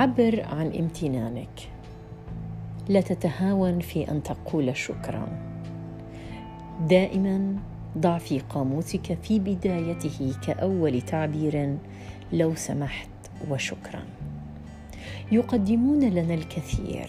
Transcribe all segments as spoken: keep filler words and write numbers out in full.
عبر عن امتنانك. لا تتهاون في أن تقول شكراً. دائماً ضع في قاموسك في بدايته كأول تعبير لو سمحت وشكراً. يقدمون لنا الكثير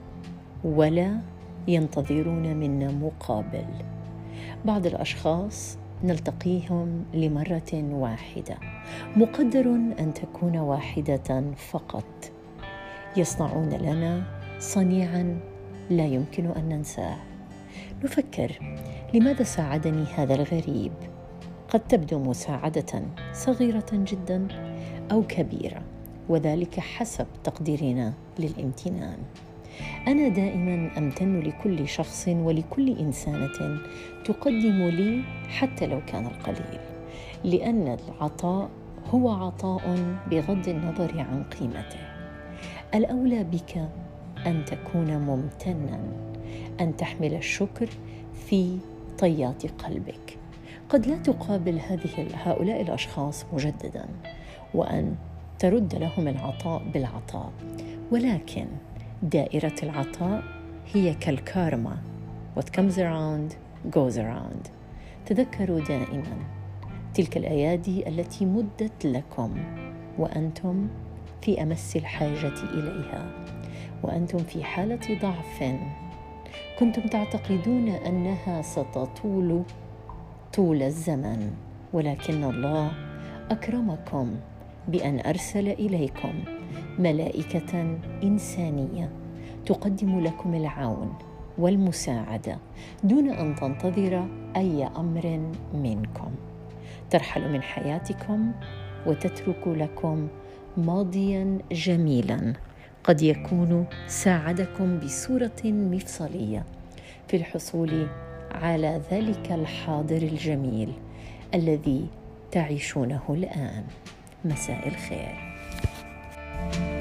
ولا ينتظرون منا مقابل. بعض الأشخاص نلتقيهم لمرة واحدة، مقدر أن تكون واحدة فقط. يصنعون لنا صنيعاً لا يمكن أن ننساه. نفكر: لماذا ساعدني هذا الغريب؟ قد تبدو مساعدة صغيرة جداً أو كبيرة، وذلك حسب تقديرنا للامتنان. أنا دائماً أمتن لكل شخص ولكل إنسانة تقدم لي حتى لو كان القليل، لأن العطاء هو عطاء بغض النظر عن قيمته. الأولى بك أن تكون ممتناً، أن تحمل الشكر في طيات قلبك. قد لا تقابل هذه هؤلاء الأشخاص مجدداً وأن ترد لهم العطاء بالعطاء، ولكن دائرة العطاء هي كالكارما. What comes around goes around. تذكروا دائما تلك الأيادي التي مدت لكم وأنتم في أمس الحاجة إليها، وأنتم في حالة ضعف كنتم تعتقدون أنها ستطول طول الزمن، ولكن الله أكرمكم بأن أرسل إليكم ملائكة إنسانية تقدم لكم العون والمساعدة دون أن تنتظر أي أمر منكم. ترحل من حياتكم وتترك لكم ماضياً جميلاً قد يكون ساعدكم بصورة مفصلية في الحصول على ذلك الحاضر الجميل الذي تعيشونه الآن. مساء الخير.